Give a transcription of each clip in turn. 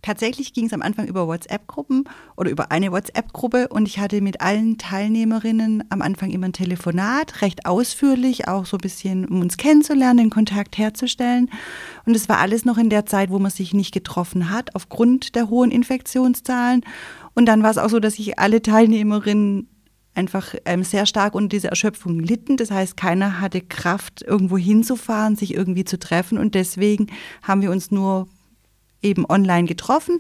Tatsächlich ging es am Anfang über WhatsApp-Gruppen oder über eine WhatsApp-Gruppe und ich hatte mit allen Teilnehmerinnen am Anfang immer ein Telefonat, recht ausführlich, auch so ein bisschen, um uns kennenzulernen, den Kontakt herzustellen. Und es war alles noch in der Zeit, wo man sich nicht getroffen hat, aufgrund der hohen Infektionszahlen. Und dann war es auch so, dass sich alle Teilnehmerinnen einfach sehr stark unter dieser Erschöpfung litten. Das heißt, keiner hatte Kraft, irgendwo hinzufahren, sich irgendwie zu treffen. Und deswegen haben wir uns nur eben online getroffen.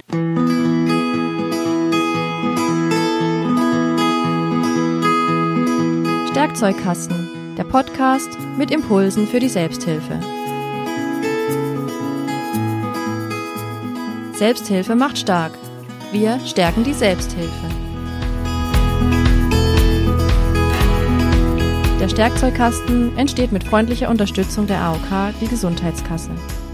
Stärkzeugkasten, der Podcast mit Impulsen für die Selbsthilfe. Selbsthilfe macht stark. Wir stärken die Selbsthilfe. Der Stärkzeugkasten entsteht mit freundlicher Unterstützung der AOK, die Gesundheitskasse.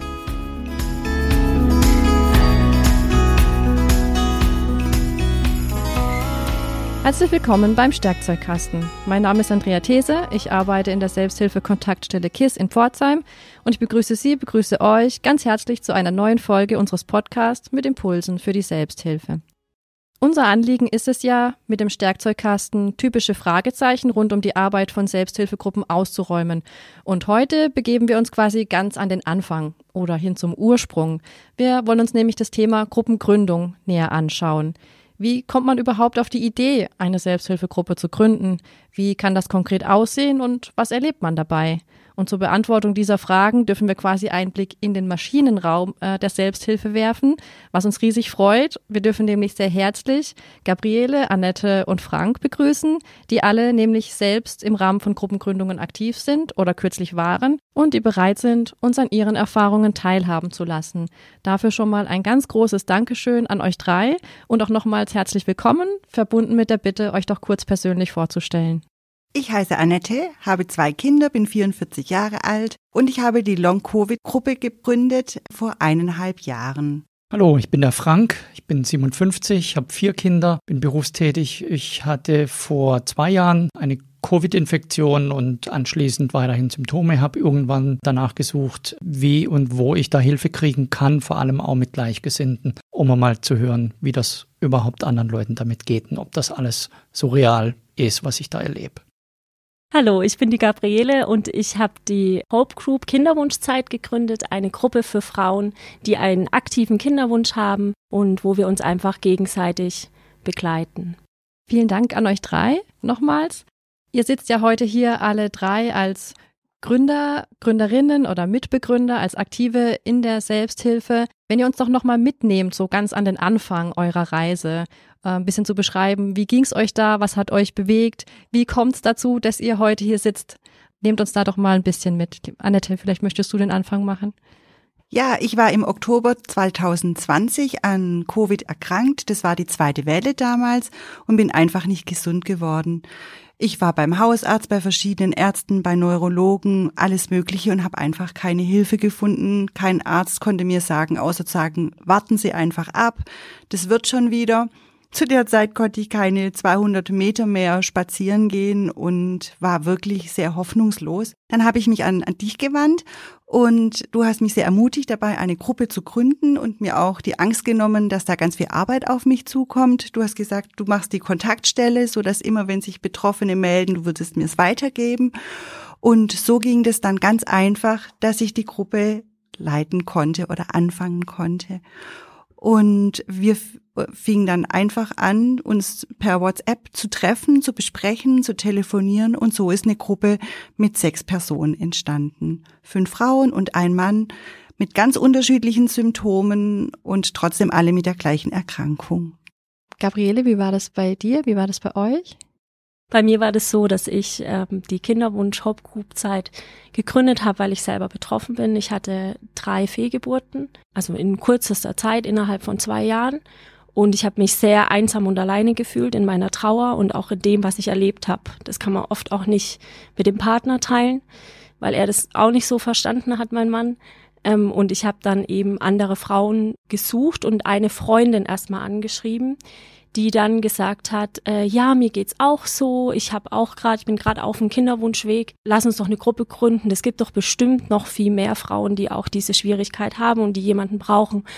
Herzlich willkommen beim Stärkzeugkasten. Mein Name ist Andrea These, ich arbeite in der Selbsthilfe-Kontaktstelle KISS in Pforzheim und ich begrüße euch ganz herzlich zu einer neuen Folge unseres Podcasts mit Impulsen für die Selbsthilfe. Unser Anliegen ist es ja, mit dem Stärkzeugkasten typische Fragezeichen rund um die Arbeit von Selbsthilfegruppen auszuräumen. Und heute begeben wir uns quasi ganz an den Anfang oder hin zum Ursprung. Wir wollen uns nämlich das Thema Gruppengründung näher anschauen. Wie kommt man überhaupt auf die Idee, eine Selbsthilfegruppe zu gründen? Wie kann das konkret aussehen und was erlebt man dabei? Und zur Beantwortung dieser Fragen dürfen wir quasi einen Blick in den Maschinenraum der Selbsthilfe werfen, was uns riesig freut. Wir dürfen nämlich sehr herzlich Gabriele, Annette und Frank begrüßen, die alle nämlich selbst im Rahmen von Gruppengründungen aktiv sind oder kürzlich waren und die bereit sind, uns an ihren Erfahrungen teilhaben zu lassen. Dafür schon mal ein ganz großes Dankeschön an euch drei und auch nochmals herzlich willkommen, verbunden mit der Bitte, euch doch kurz persönlich vorzustellen. Ich heiße Annette, habe 2 Kinder, bin 44 Jahre alt und ich habe die Long-Covid-Gruppe gegründet vor 1,5 Jahren. Hallo, ich bin der Frank, ich bin 57, habe 4 Kinder, bin berufstätig. Ich hatte vor 2 Jahren eine Covid-Infektion und anschließend weiterhin Symptome, habe irgendwann danach gesucht, wie und wo ich da Hilfe kriegen kann, vor allem auch mit Gleichgesinnten, um mal zu hören, wie das überhaupt anderen Leuten damit geht und ob das alles so real ist, was ich da erlebe. Hallo, ich bin die Gabriele und ich habe die Hope Group Kinderwunschzeit gegründet, eine Gruppe für Frauen, die einen aktiven Kinderwunsch haben und wo wir uns einfach gegenseitig begleiten. Vielen Dank an euch drei nochmals. Ihr sitzt ja heute hier alle drei als Gründer, Gründerinnen oder Mitbegründer, als Aktive in der Selbsthilfe. Wenn ihr uns doch nochmal mitnehmt, so ganz an den Anfang eurer Reise, ein bisschen zu beschreiben, wie ging es euch da, was hat euch bewegt, wie kommt es dazu, dass ihr heute hier sitzt? Nehmt uns da doch mal ein bisschen mit. Annette, vielleicht möchtest du den Anfang machen? Ja, ich war im Oktober 2020 an Covid erkrankt. Das war die 2. Welle damals und bin einfach nicht gesund geworden. Ich war beim Hausarzt, bei verschiedenen Ärzten, bei Neurologen, alles Mögliche und habe einfach keine Hilfe gefunden. Kein Arzt konnte mir sagen, außer zu sagen, warten Sie einfach ab, das wird schon wieder. Zu der Zeit konnte ich keine 200 Meter mehr spazieren gehen und war wirklich sehr hoffnungslos. Dann habe ich mich an dich gewandt und du hast mich sehr ermutigt dabei, eine Gruppe zu gründen und mir auch die Angst genommen, dass da ganz viel Arbeit auf mich zukommt. Du hast gesagt, du machst die Kontaktstelle, sodass immer, wenn sich Betroffene melden, du würdest mir es weitergeben. Und so ging das dann ganz einfach, dass ich die Gruppe leiten konnte oder anfangen konnte. Und wir fingen dann einfach an, uns per WhatsApp zu treffen, zu besprechen, zu telefonieren und so ist eine Gruppe mit 6 Personen entstanden. 5 Frauen und 1 Mann mit ganz unterschiedlichen Symptomen und trotzdem alle mit der gleichen Erkrankung. Gabriele, wie war das bei dir? Wie war das bei euch? Bei mir war das so, dass ich die Kinderwunsch-Hope Group-Zeit gegründet habe, weil ich selber betroffen bin. Ich hatte 3 Fehlgeburten, also in kürzester Zeit, innerhalb von 2 Jahren. Und ich habe mich sehr einsam und alleine gefühlt in meiner Trauer und auch in dem, was ich erlebt habe. Das kann man oft auch nicht mit dem Partner teilen, weil er das auch nicht so verstanden hat, mein Mann. Und ich habe dann eben andere Frauen gesucht und eine Freundin erstmal angeschrieben, die dann gesagt hat, ja, mir geht's auch so, ich bin gerade auf dem Kinderwunschweg, lass uns doch eine Gruppe gründen, es gibt doch bestimmt noch viel mehr Frauen, die auch diese Schwierigkeit haben und die jemanden brauchen,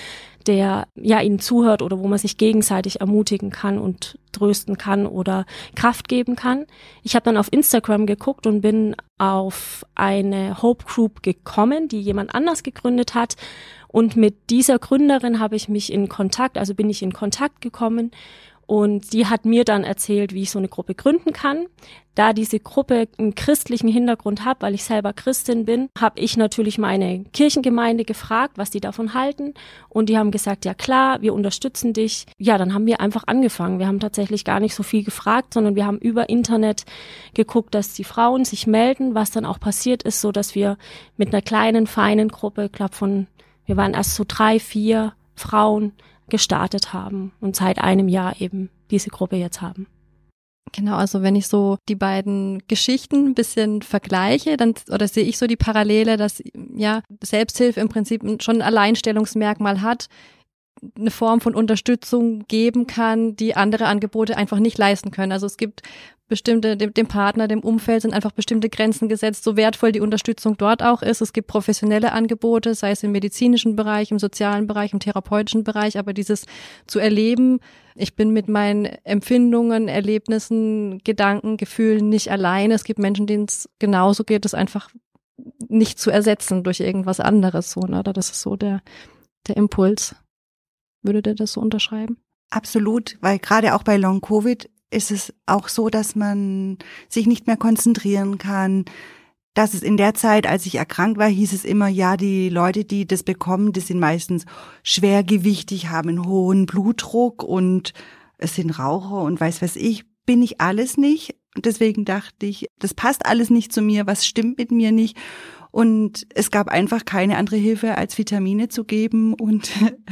der ja ihnen zuhört oder wo man sich gegenseitig ermutigen kann und trösten kann oder Kraft geben kann. Ich habe dann auf Instagram geguckt und bin auf eine Hope Group gekommen, die jemand anders gegründet hat. Und mit dieser Gründerin bin ich in Kontakt gekommen. Und die hat mir dann erzählt, wie ich so eine Gruppe gründen kann. Da diese Gruppe einen christlichen Hintergrund hat, weil ich selber Christin bin, habe ich natürlich meine Kirchengemeinde gefragt, was die davon halten. Und die haben gesagt, ja klar, wir unterstützen dich. Ja, dann haben wir einfach angefangen. Wir haben tatsächlich gar nicht so viel gefragt, sondern wir haben über Internet geguckt, dass die Frauen sich melden, was dann auch passiert ist, so dass wir mit einer kleinen, feinen Gruppe, wir waren erst so 3, 4 Frauen, gestartet haben und seit einem Jahr eben diese Gruppe jetzt haben. Genau, also wenn ich so die beiden Geschichten ein bisschen vergleiche, oder sehe ich so die Parallele, dass ja Selbsthilfe im Prinzip schon ein Alleinstellungsmerkmal hat, eine Form von Unterstützung geben kann, die andere Angebote einfach nicht leisten können. Also es gibt bestimmte, dem Partner, dem Umfeld sind einfach bestimmte Grenzen gesetzt, so wertvoll die Unterstützung dort auch ist. Es gibt professionelle Angebote, sei es im medizinischen Bereich, im sozialen Bereich, im therapeutischen Bereich, aber dieses zu erleben, ich bin mit meinen Empfindungen, Erlebnissen, Gedanken, Gefühlen nicht alleine. Es gibt Menschen, denen es genauso geht, das einfach nicht zu ersetzen durch irgendwas anderes, so, ne? Das ist so der Impuls. Würdet ihr das so unterschreiben? Absolut, weil gerade auch bei Long-Covid ist es auch so, dass man sich nicht mehr konzentrieren kann. Dass es in der Zeit, als ich erkrankt war, hieß es immer, ja, die Leute, die das bekommen, das sind meistens schwergewichtig, haben einen hohen Blutdruck und es sind Raucher und weiß ich, bin ich alles nicht. Und deswegen dachte ich, das passt alles nicht zu mir, was stimmt mit mir nicht? Und es gab einfach keine andere Hilfe, als Vitamine zu geben und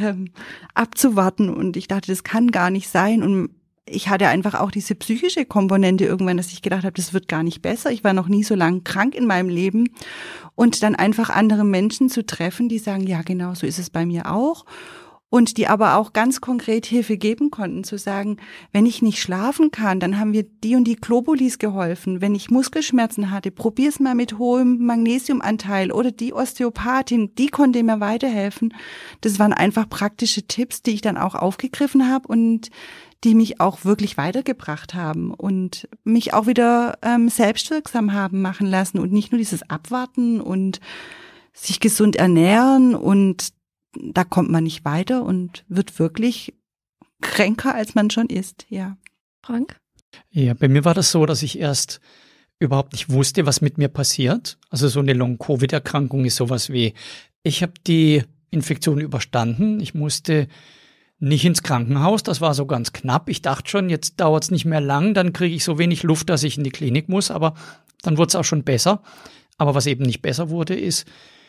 abzuwarten. Und ich dachte, das kann gar nicht sein. Und ich hatte einfach auch diese psychische Komponente irgendwann, dass ich gedacht habe, das wird gar nicht besser. Ich war noch nie so lange krank in meinem Leben. Und dann einfach andere Menschen zu treffen, die sagen, ja genau, so ist es bei mir auch. Und die aber auch ganz konkret Hilfe geben konnten, zu sagen, wenn ich nicht schlafen kann, dann haben wir die und die Globulis geholfen. Wenn ich Muskelschmerzen hatte, probier's mal mit hohem Magnesiumanteil oder die Osteopathin, die konnte mir weiterhelfen. Das waren einfach praktische Tipps, die ich dann auch aufgegriffen habe und die mich auch wirklich weitergebracht haben und mich auch wieder selbstwirksam haben machen lassen und nicht nur dieses Abwarten und sich gesund ernähren und da kommt man nicht weiter und wird wirklich kränker, als man schon ist, ja. Frank? Ja, bei mir war das so, dass ich erst überhaupt nicht wusste, was mit mir passiert. Also so eine Long-Covid-Erkrankung ist sowas wie, ich habe die Infektion überstanden, ich musste nicht ins Krankenhaus, das war so ganz knapp. Ich dachte schon, jetzt dauert es nicht mehr lang, dann kriege ich so wenig Luft, dass ich in die Klinik muss, aber dann wurde es auch schon besser. Aber was eben nicht besser wurde, ist,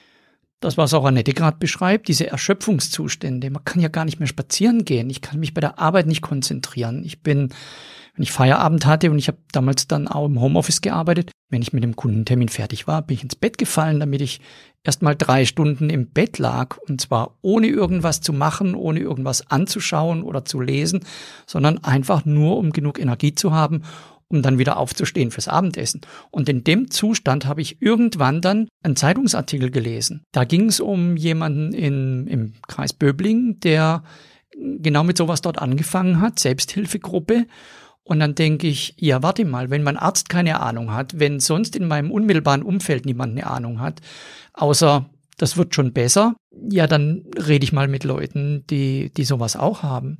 das, was auch Annette gerade beschreibt, diese Erschöpfungszustände. Man kann ja gar nicht mehr spazieren gehen. Ich kann mich bei der Arbeit nicht konzentrieren. Wenn ich Feierabend hatte und ich habe damals dann auch im Homeoffice gearbeitet, wenn ich mit dem Kundentermin fertig war, bin ich ins Bett gefallen, damit ich erst mal 3 Stunden im Bett lag. Und zwar ohne irgendwas zu machen, ohne irgendwas anzuschauen oder zu lesen, sondern einfach nur, um genug Energie zu haben, um dann wieder aufzustehen fürs Abendessen. Und in dem Zustand habe ich irgendwann dann einen Zeitungsartikel gelesen. Da ging es um jemanden im Kreis Böblingen, der genau mit sowas dort angefangen hat, Selbsthilfegruppe. Und dann denke ich, ja, warte mal, wenn mein Arzt keine Ahnung hat, wenn sonst in meinem unmittelbaren Umfeld niemand eine Ahnung hat, außer das wird schon besser, ja, dann rede ich mal mit Leuten, die sowas auch haben.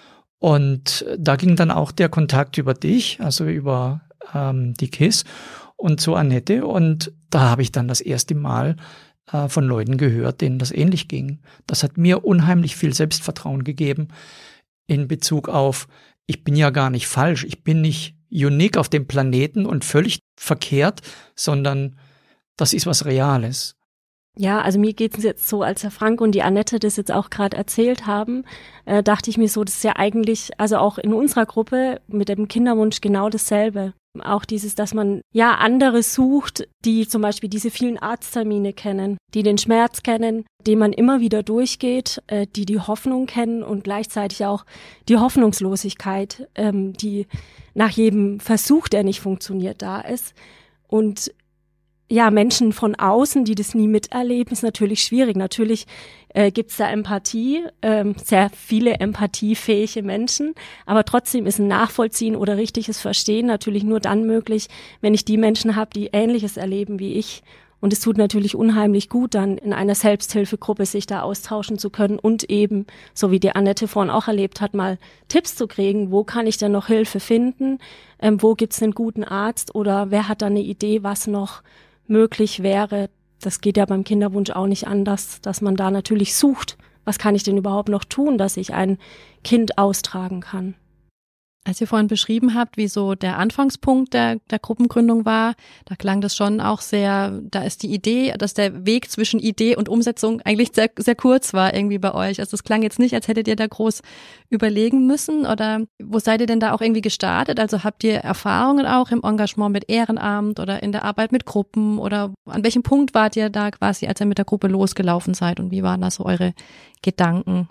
Und da ging dann auch der Kontakt über dich, also über die KISS und zu Annette. Und da habe ich dann das erste Mal von Leuten gehört, denen das ähnlich ging. Das hat mir unheimlich viel Selbstvertrauen gegeben in Bezug auf, ich bin ja gar nicht falsch, ich bin nicht unique auf dem Planeten und völlig verkehrt, sondern das ist was Reales. Ja, also mir geht es jetzt so, als Herr Frank und die Annette das jetzt auch gerade erzählt haben, dachte ich mir so, das ist ja eigentlich, also auch in unserer Gruppe mit dem Kinderwunsch genau dasselbe. Auch dieses, dass man ja andere sucht, die zum Beispiel diese vielen Arzttermine kennen, die den Schmerz kennen, den man immer wieder durchgeht, die die Hoffnung kennen und gleichzeitig auch die Hoffnungslosigkeit, die nach jedem Versuch, der nicht funktioniert, da ist. Und ja, Menschen von außen, die das nie miterleben, ist natürlich schwierig. Natürlich gibt's da Empathie, sehr viele empathiefähige Menschen, aber trotzdem ist ein Nachvollziehen oder richtiges Verstehen natürlich nur dann möglich, wenn ich die Menschen habe, die Ähnliches erleben wie ich. Und es tut natürlich unheimlich gut, dann in einer Selbsthilfegruppe sich da austauschen zu können und eben, so wie die Annette vorhin auch erlebt hat, mal Tipps zu kriegen, wo kann ich denn noch Hilfe finden, wo gibt's einen guten Arzt oder wer hat da eine Idee, was noch möglich wäre. Das geht ja beim Kinderwunsch auch nicht anders, dass man da natürlich sucht, was kann ich denn überhaupt noch tun, dass ich ein Kind austragen kann. Als ihr vorhin beschrieben habt, wie so der Anfangspunkt der Gruppengründung war, da klang das schon auch sehr, da ist die Idee, dass der Weg zwischen Idee und Umsetzung eigentlich sehr, sehr kurz war irgendwie bei euch. Also es klang jetzt nicht, als hättet ihr da groß überlegen müssen, oder wo seid ihr denn da auch irgendwie gestartet? Also habt ihr Erfahrungen auch im Engagement mit Ehrenamt oder in der Arbeit mit Gruppen, oder an welchem Punkt wart ihr da quasi, als ihr mit der Gruppe losgelaufen seid, und wie waren da so eure Gedanken?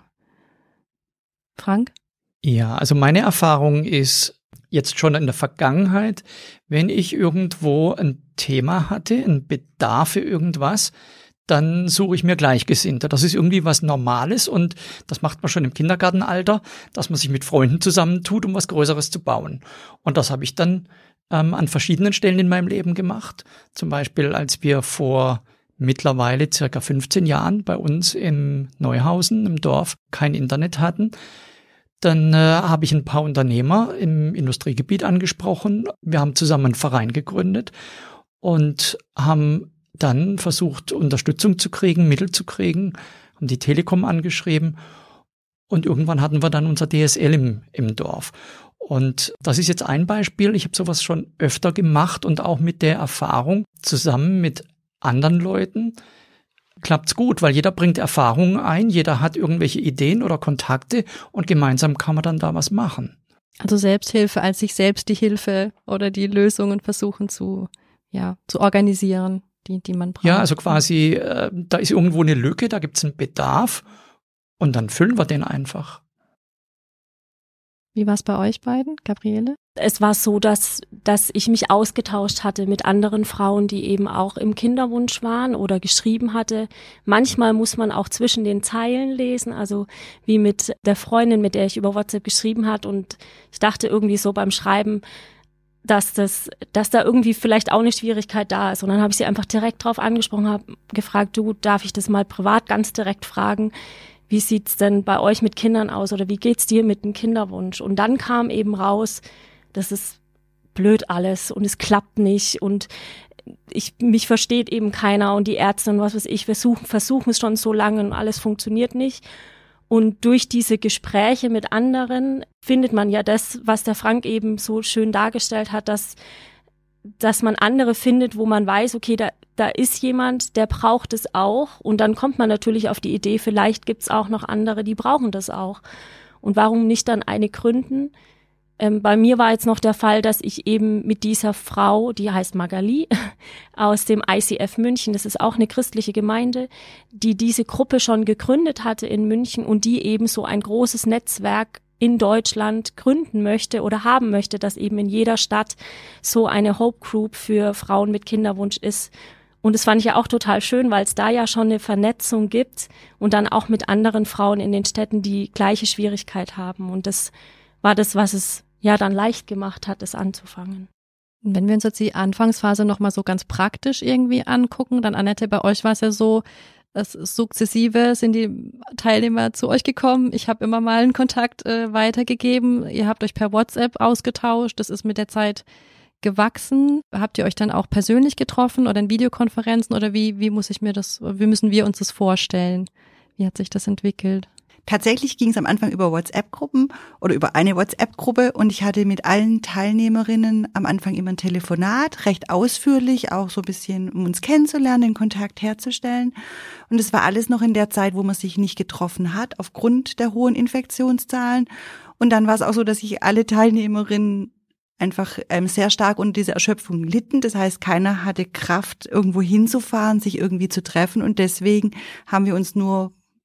Frank? Ja, also meine Erfahrung ist jetzt schon in der Vergangenheit, wenn ich irgendwo ein Thema hatte, einen Bedarf für irgendwas, dann suche ich mir Gleichgesinnte. Das ist irgendwie was Normales und das macht man schon im Kindergartenalter, dass man sich mit Freunden zusammentut, um was Größeres zu bauen. Und das habe ich dann an verschiedenen Stellen in meinem Leben gemacht. Zum Beispiel, als wir vor mittlerweile circa 15 Jahren bei uns in Neuhausen im Dorf kein Internet hatten. Dann habe ich ein paar Unternehmer im Industriegebiet angesprochen. Wir haben zusammen einen Verein gegründet und haben dann versucht, Unterstützung zu kriegen, Mittel zu kriegen, haben die Telekom angeschrieben und irgendwann hatten wir dann unser DSL im Dorf. Und das ist jetzt ein Beispiel. Ich habe sowas schon öfter gemacht und auch mit der Erfahrung zusammen mit anderen Leuten klappt's gut, weil jeder bringt Erfahrungen ein, jeder hat irgendwelche Ideen oder Kontakte und gemeinsam kann man dann da was machen. Also Selbsthilfe als sich selbst die Hilfe oder die Lösungen versuchen zu organisieren, die man braucht. Ja, also quasi, da ist irgendwo eine Lücke, da gibt's einen Bedarf und dann füllen wir den einfach. Wie war es bei euch beiden, Gabriele? Es war so, dass ich mich ausgetauscht hatte mit anderen Frauen, die eben auch im Kinderwunsch waren oder geschrieben hatte. Manchmal muss man auch zwischen den Zeilen lesen, also wie mit der Freundin, mit der ich über WhatsApp geschrieben hat. Und ich dachte irgendwie so beim Schreiben, dass da irgendwie vielleicht auch eine Schwierigkeit da ist. Und dann habe ich sie einfach direkt drauf angesprochen, habe gefragt, du, darf ich das mal privat ganz direkt fragen? Wie sieht's denn bei euch mit Kindern aus oder wie geht's dir mit dem Kinderwunsch? Und dann kam eben raus, das ist blöd alles und es klappt nicht und mich versteht eben keiner und die Ärzte und was weiß ich, wir versuchen es schon so lange und alles funktioniert nicht. Und durch diese Gespräche mit anderen findet man ja das, was der Frank eben so schön dargestellt hat, dass man andere findet, wo man weiß, okay, da ist jemand, der braucht es auch. Und dann kommt man natürlich auf die Idee, vielleicht gibt's auch noch andere, die brauchen das auch. Und warum nicht dann eine gründen? Bei mir war jetzt noch der Fall, dass ich eben mit dieser Frau, die heißt Magali, aus dem ICF München, das ist auch eine christliche Gemeinde, die diese Gruppe schon gegründet hatte in München und die eben so ein großes Netzwerk in Deutschland gründen möchte oder haben möchte, dass eben in jeder Stadt so eine Hope Group für Frauen mit Kinderwunsch ist. Und das fand ich ja auch total schön, weil es da ja schon eine Vernetzung gibt und dann auch mit anderen Frauen in den Städten, die gleiche Schwierigkeit haben. Und das war das, was es ja dann leicht gemacht hat, es anzufangen. Wenn wir uns jetzt die Anfangsphase nochmal so ganz praktisch irgendwie angucken, dann Annette, bei euch war es ja so, dass sukzessive sind die Teilnehmer zu euch gekommen. Ich habe immer mal einen Kontakt weitergegeben. Ihr habt euch per WhatsApp ausgetauscht. Das ist mit der Zeit gewachsen. Habt ihr euch dann auch persönlich getroffen oder in Videokonferenzen oder wie müssen wir uns das vorstellen? Wie hat sich das entwickelt? Tatsächlich ging es am Anfang über WhatsApp-Gruppen oder über eine WhatsApp-Gruppe und ich hatte mit allen Teilnehmerinnen am Anfang immer ein Telefonat, recht ausführlich, auch so ein bisschen, um uns kennenzulernen, den Kontakt herzustellen. Und es war alles noch in der Zeit, wo man sich nicht getroffen hat, aufgrund der hohen Infektionszahlen. Und dann war es auch so, dass sich alle Teilnehmerinnen einfach sehr stark unter dieser Erschöpfung litten. Das heißt, keiner hatte Kraft, irgendwo hinzufahren, sich irgendwie zu treffen. Und deswegen haben wir uns nur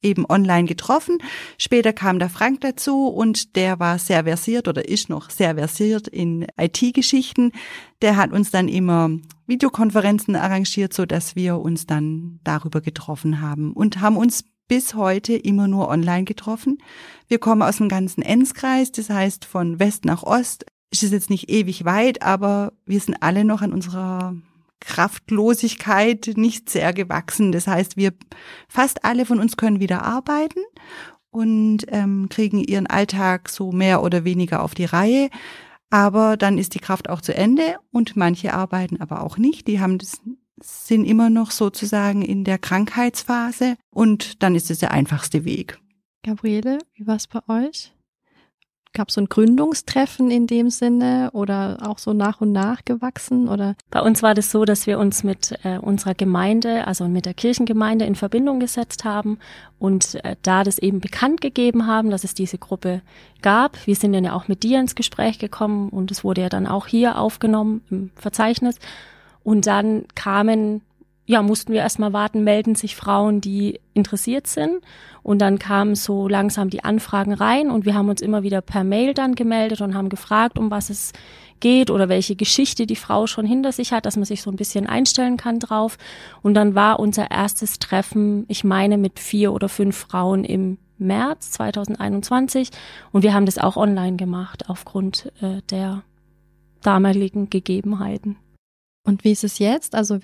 eben online getroffen. Später kam der Frank dazu und der war sehr versiert oder ist noch sehr versiert in IT-Geschichten. Der hat uns dann immer Videokonferenzen arrangiert, so dass wir uns dann darüber getroffen haben und haben uns bis heute immer nur online getroffen. Wir kommen aus dem ganzen Enzkreis, das heißt von West nach Ost. Ist es jetzt nicht ewig weit, aber wir sind alle noch an unserer Kraftlosigkeit nicht sehr gewachsen. Das heißt, fast alle von uns können wieder arbeiten und kriegen ihren Alltag so mehr oder weniger auf die Reihe. Aber dann ist die Kraft auch zu Ende und manche arbeiten aber auch nicht. Sind immer noch sozusagen in der Krankheitsphase und dann ist es der einfachste Weg. Gabriele, wie war es bei euch? Gab es so ein Gründungstreffen in dem Sinne oder auch so nach und nach gewachsen? Oder? Bei uns war das so, dass wir uns mit unserer Gemeinde, also mit der Kirchengemeinde in Verbindung gesetzt haben und da das eben bekannt gegeben haben, dass es diese Gruppe gab. Wir sind dann ja auch mit dir ins Gespräch gekommen und es wurde ja dann auch hier aufgenommen im Verzeichnis. Und dann mussten wir erstmal warten, melden sich Frauen, die interessiert sind. Und dann kamen so langsam die Anfragen rein und wir haben uns immer wieder per Mail dann gemeldet und haben gefragt, um was es geht oder welche Geschichte die Frau schon hinter sich hat, dass man sich so ein bisschen einstellen kann drauf. Und dann war unser erstes Treffen, ich meine, mit 4 oder 5 Frauen im März 2021. Und wir haben das auch online gemacht aufgrund der damaligen Gegebenheiten. Und wie ist es jetzt? Also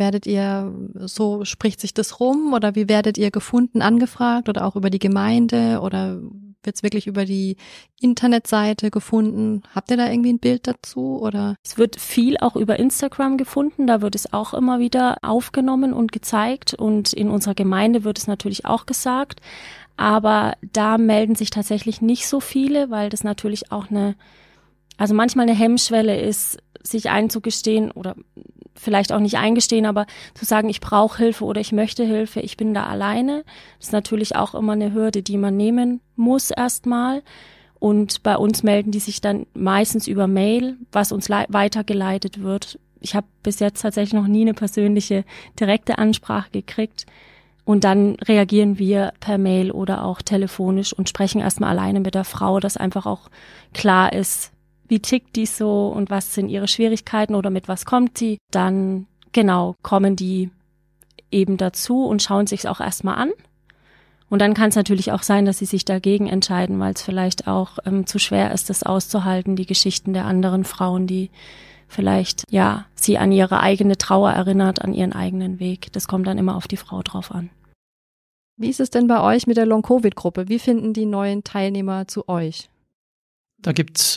so spricht sich das rum oder wie werdet ihr gefunden, angefragt oder auch über die Gemeinde oder wird es wirklich über die Internetseite gefunden? Habt ihr da irgendwie ein Bild dazu oder? Es wird viel auch über Instagram gefunden, da wird es auch immer wieder aufgenommen und gezeigt und in unserer Gemeinde wird es natürlich auch gesagt, aber da melden sich tatsächlich nicht so viele, weil das natürlich auch manchmal eine Hemmschwelle ist, sich einzugestehen oder vielleicht auch nicht eingestehen, aber zu sagen, ich brauche Hilfe oder ich möchte Hilfe, ich bin da alleine. Das ist natürlich auch immer eine Hürde, die man nehmen muss erstmal. Und bei uns melden die sich dann meistens über Mail, was uns weitergeleitet wird. Ich habe bis jetzt tatsächlich noch nie eine persönliche, direkte Ansprache gekriegt. Und dann reagieren wir per Mail oder auch telefonisch und sprechen erstmal alleine mit der Frau, dass einfach auch klar ist, wie tickt die so und was sind ihre Schwierigkeiten oder mit was kommt sie, dann kommen die eben dazu und schauen sich es auch erstmal an. Und dann kann es natürlich auch sein, dass sie sich dagegen entscheiden, weil es vielleicht auch zu schwer ist, das auszuhalten, die Geschichten der anderen Frauen, die vielleicht sie an ihre eigene Trauer erinnert, an ihren eigenen Weg. Das kommt dann immer auf die Frau drauf an. Wie ist es denn bei euch mit der Long-Covid-Gruppe? Wie finden die neuen Teilnehmer zu euch? Da gibt's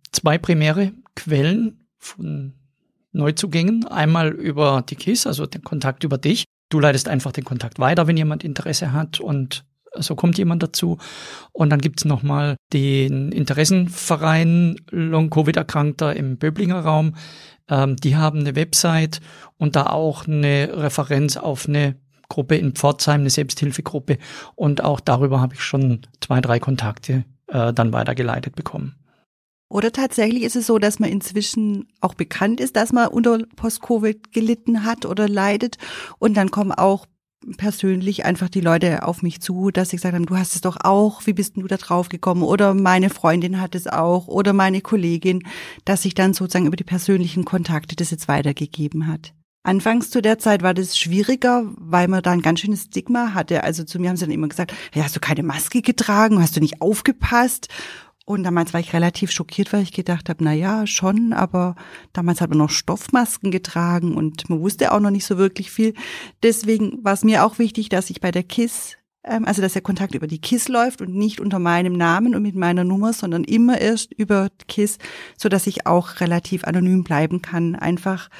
2 primäre Quellen von Neuzugängen. Einmal über die KISS, also den Kontakt über dich. Du leitest einfach den Kontakt weiter, wenn jemand Interesse hat und so kommt jemand dazu. Und dann gibt's nochmal den Interessenverein Long-Covid-Erkrankter im Böblinger Raum. Die haben eine Website und da auch eine Referenz auf eine Gruppe in Pforzheim, eine Selbsthilfegruppe. Und auch darüber habe ich schon 2, 3 Kontakte dann weitergeleitet bekommen. Oder tatsächlich ist es so, dass man inzwischen auch bekannt ist, dass man unter Post-Covid gelitten hat oder leidet. Und dann kommen auch persönlich einfach die Leute auf mich zu, dass sie gesagt haben, du hast es doch auch, wie bist denn du da drauf gekommen? Oder meine Freundin hat es auch oder meine Kollegin, dass sich dann sozusagen über die persönlichen Kontakte das jetzt weitergegeben hat. Anfangs zu der Zeit war das schwieriger, weil man da ein ganz schönes Stigma hatte. Also zu mir haben sie dann immer gesagt, hey, hast du keine Maske getragen, hast du nicht aufgepasst? Und damals war ich relativ schockiert, weil ich gedacht habe, na ja, schon, aber damals hat man noch Stoffmasken getragen und man wusste auch noch nicht so wirklich viel. Deswegen war es mir auch wichtig, dass ich bei der KISS, dass der Kontakt über die KISS läuft und nicht unter meinem Namen und mit meiner Nummer, sondern immer erst über KISS, so dass ich auch relativ anonym bleiben kann, einfach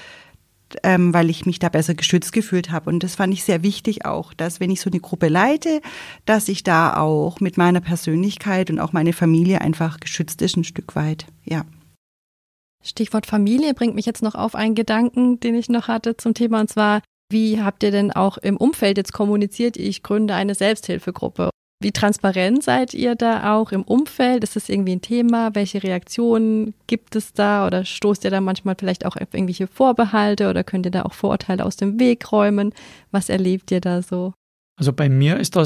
weil ich mich da besser geschützt gefühlt habe. Und das fand ich sehr wichtig auch, dass wenn ich so eine Gruppe leite, dass ich da auch mit meiner Persönlichkeit und auch meine Familie einfach geschützt ist ein Stück weit, ja. Stichwort Familie bringt mich jetzt noch auf einen Gedanken, den ich noch hatte zum Thema, und zwar, wie habt ihr denn auch im Umfeld jetzt kommuniziert, ich gründe eine Selbsthilfegruppe? Wie transparent seid ihr da auch im Umfeld? Ist das irgendwie ein Thema? Welche Reaktionen gibt es da? Oder stoßt ihr da manchmal vielleicht auch auf irgendwelche Vorbehalte oder könnt ihr da auch Vorurteile aus dem Weg räumen? Was erlebt ihr da so? Also bei mir ist das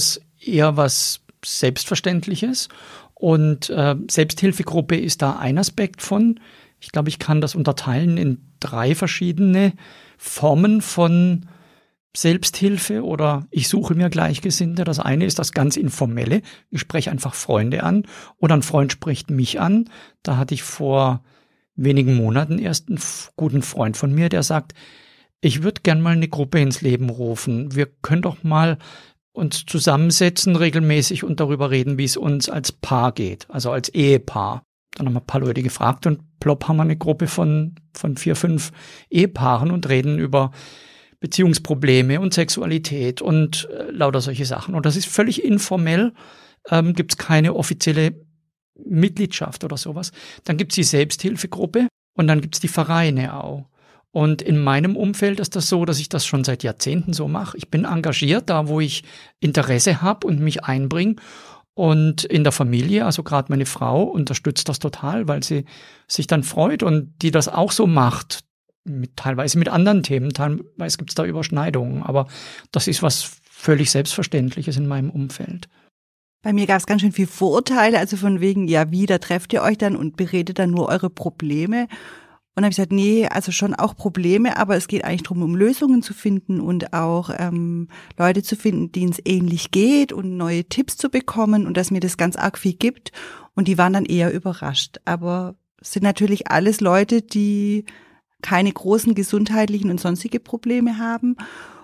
eher was Selbstverständliches. Und Selbsthilfegruppe ist da ein Aspekt von. Ich glaube, ich kann das unterteilen in 3 verschiedene Formen von Selbsthilfe oder ich suche mir Gleichgesinnte. Das eine ist das ganz Informelle. Ich spreche einfach Freunde an oder ein Freund spricht mich an. Da hatte ich vor wenigen Monaten erst einen guten Freund von mir, der sagt, ich würde gern mal eine Gruppe ins Leben rufen. Wir können doch mal uns zusammensetzen regelmäßig und darüber reden, wie es uns als Paar geht, also als Ehepaar. Dann haben wir ein paar Leute gefragt und plopp haben wir eine Gruppe von 4, 5 Ehepaaren und reden über Beziehungsprobleme und Sexualität und lauter solche Sachen. Und das ist völlig informell, gibt's keine offizielle Mitgliedschaft oder sowas. Dann gibt's die Selbsthilfegruppe und dann gibt's die Vereine auch. Und in meinem Umfeld ist das so, dass ich das schon seit Jahrzehnten so mache. Ich bin engagiert, da wo ich Interesse habe und mich einbringe. Und in der Familie, also gerade meine Frau, unterstützt das total, weil sie sich dann freut und die das auch so macht. Teilweise mit anderen Themen, teilweise gibt es da Überschneidungen. Aber das ist was völlig Selbstverständliches in meinem Umfeld. Bei mir gab es ganz schön viel Vorurteile, also von wegen, ja wie, da trefft ihr euch dann und beredet dann nur eure Probleme. Und dann habe ich gesagt, nee, also schon auch Probleme, aber es geht eigentlich darum, um Lösungen zu finden und auch Leute zu finden, denen es ähnlich geht und neue Tipps zu bekommen und dass mir das ganz arg viel gibt. Und die waren dann eher überrascht. Aber es sind natürlich alles Leute, die keine großen gesundheitlichen und sonstige Probleme haben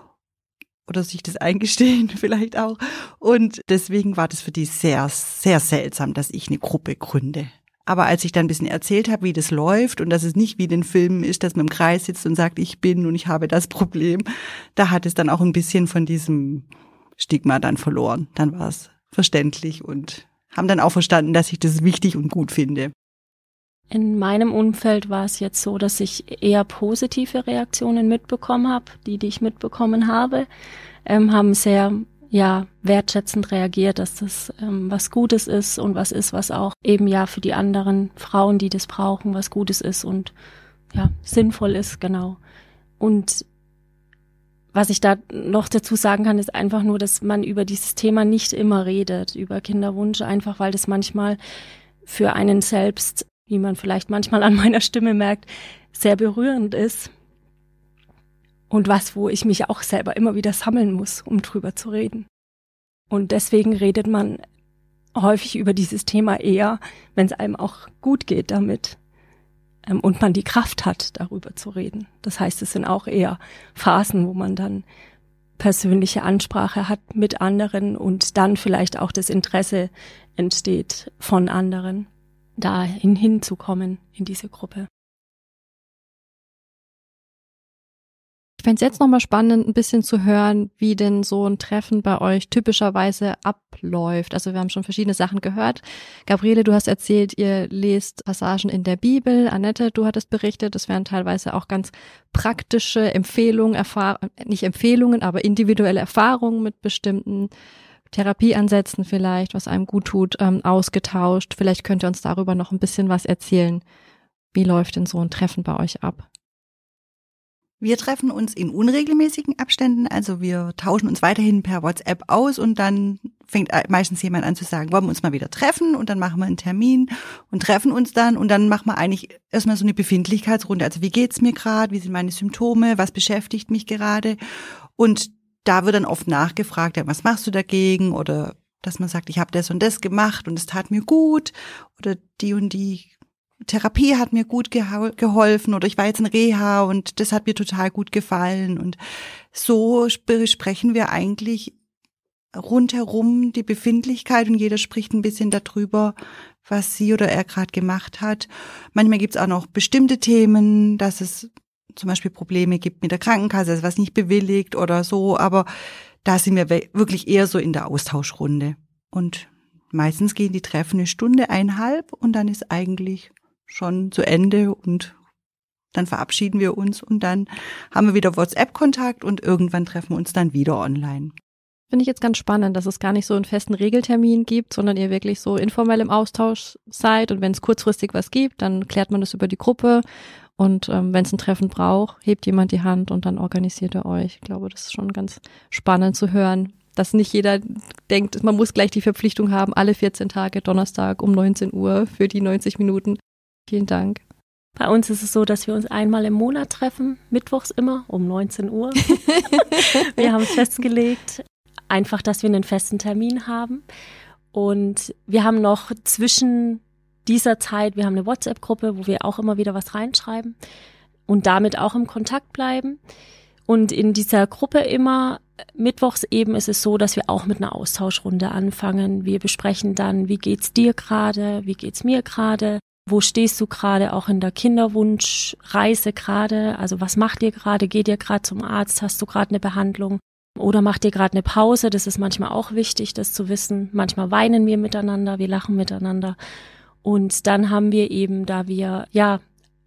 oder sich das eingestehen vielleicht auch. Und deswegen war das für die sehr, sehr seltsam, dass ich eine Gruppe gründe. Aber als ich dann ein bisschen erzählt habe, wie das läuft und dass es nicht wie in den Filmen ist, dass man im Kreis sitzt und sagt, ich bin und ich habe das Problem, da hat es dann auch ein bisschen von diesem Stigma dann verloren. Dann war es verständlich und haben dann auch verstanden, dass ich das wichtig und gut finde. In meinem Umfeld war es jetzt so, dass ich eher positive Reaktionen mitbekommen habe. Die ich mitbekommen habe, haben sehr wertschätzend reagiert, dass das was Gutes ist und was ist, was auch eben ja für die anderen Frauen, die das brauchen, was Gutes ist und ja sinnvoll ist, genau. Und was ich da noch dazu sagen kann, ist einfach nur, dass man über dieses Thema nicht immer redet, über Kinderwunsch, einfach weil das manchmal für einen selbst, wie man vielleicht manchmal an meiner Stimme merkt, sehr berührend ist. Und wo ich mich auch selber immer wieder sammeln muss, um drüber zu reden. Und deswegen redet man häufig über dieses Thema eher, wenn es einem auch gut geht damit und man die Kraft hat, darüber zu reden. Das heißt, es sind auch eher Phasen, wo man dann persönliche Ansprache hat mit anderen und dann vielleicht auch das Interesse entsteht von anderen, dahin hinzukommen in diese Gruppe. Ich fände es jetzt nochmal spannend, ein bisschen zu hören, wie denn so ein Treffen bei euch typischerweise abläuft. Also wir haben schon verschiedene Sachen gehört. Gabriele, du hast erzählt, ihr lest Passagen in der Bibel. Annette, du hattest berichtet, das wären teilweise auch ganz praktische Empfehlungen, nicht Empfehlungen, aber individuelle Erfahrungen mit bestimmten Therapieansätzen vielleicht, was einem gut tut, ausgetauscht. Vielleicht könnt ihr uns darüber noch ein bisschen was erzählen. Wie läuft denn so ein Treffen bei euch ab? Wir treffen uns in unregelmäßigen Abständen, also wir tauschen uns weiterhin per WhatsApp aus und dann fängt meistens jemand an zu sagen, wollen wir uns mal wieder treffen und dann machen wir einen Termin und treffen uns dann und dann machen wir eigentlich erstmal so eine Befindlichkeitsrunde, also wie geht's mir gerade, wie sind meine Symptome, was beschäftigt mich gerade und da wird dann oft nachgefragt, ja, was machst du dagegen oder dass man sagt, ich habe das und das gemacht und es tat mir gut oder die und die Therapie hat mir gut geholfen oder ich war jetzt in Reha und das hat mir total gut gefallen und so besprechen wir eigentlich rundherum die Befindlichkeit und jeder spricht ein bisschen darüber, was sie oder er gerade gemacht hat. Manchmal gibt es auch noch bestimmte Themen, dass es zum Beispiel Probleme gibt mit der Krankenkasse, also was nicht bewilligt oder so, aber da sind wir wirklich eher so in der Austauschrunde und meistens gehen die Treffen 1 Stunde, 1,5 und dann ist eigentlich schon zu Ende und dann verabschieden wir uns und dann haben wir wieder WhatsApp-Kontakt und irgendwann treffen wir uns dann wieder online. Finde ich jetzt ganz spannend, dass es gar nicht so einen festen Regeltermin gibt, sondern ihr wirklich so informell im Austausch seid und wenn es kurzfristig was gibt, dann klärt man das über die Gruppe und wenn es ein Treffen braucht, hebt jemand die Hand und dann organisiert ihr euch. Ich glaube, das ist schon ganz spannend zu hören, dass nicht jeder denkt, man muss gleich die Verpflichtung haben, alle 14 Tage Donnerstag um 19 Uhr für die 90 Minuten. Vielen Dank. Bei uns ist es so, dass wir uns einmal im Monat treffen, mittwochs immer um 19 Uhr. Wir haben es festgelegt, einfach, dass wir einen festen Termin haben. Und wir haben noch zwischen dieser Zeit, wir haben eine WhatsApp-Gruppe, wo wir auch immer wieder was reinschreiben und damit auch im Kontakt bleiben. Und in dieser Gruppe immer mittwochs eben ist es so, dass wir auch mit einer Austauschrunde anfangen. Wir besprechen dann, wie geht's dir gerade, wie geht's mir gerade, wo stehst du gerade auch in der Kinderwunschreise gerade, also was macht ihr gerade, geht ihr gerade zum Arzt, hast du gerade eine Behandlung oder macht ihr gerade eine Pause, das ist manchmal auch wichtig, das zu wissen. Manchmal weinen wir miteinander, wir lachen miteinander und dann haben wir eben, da wir ja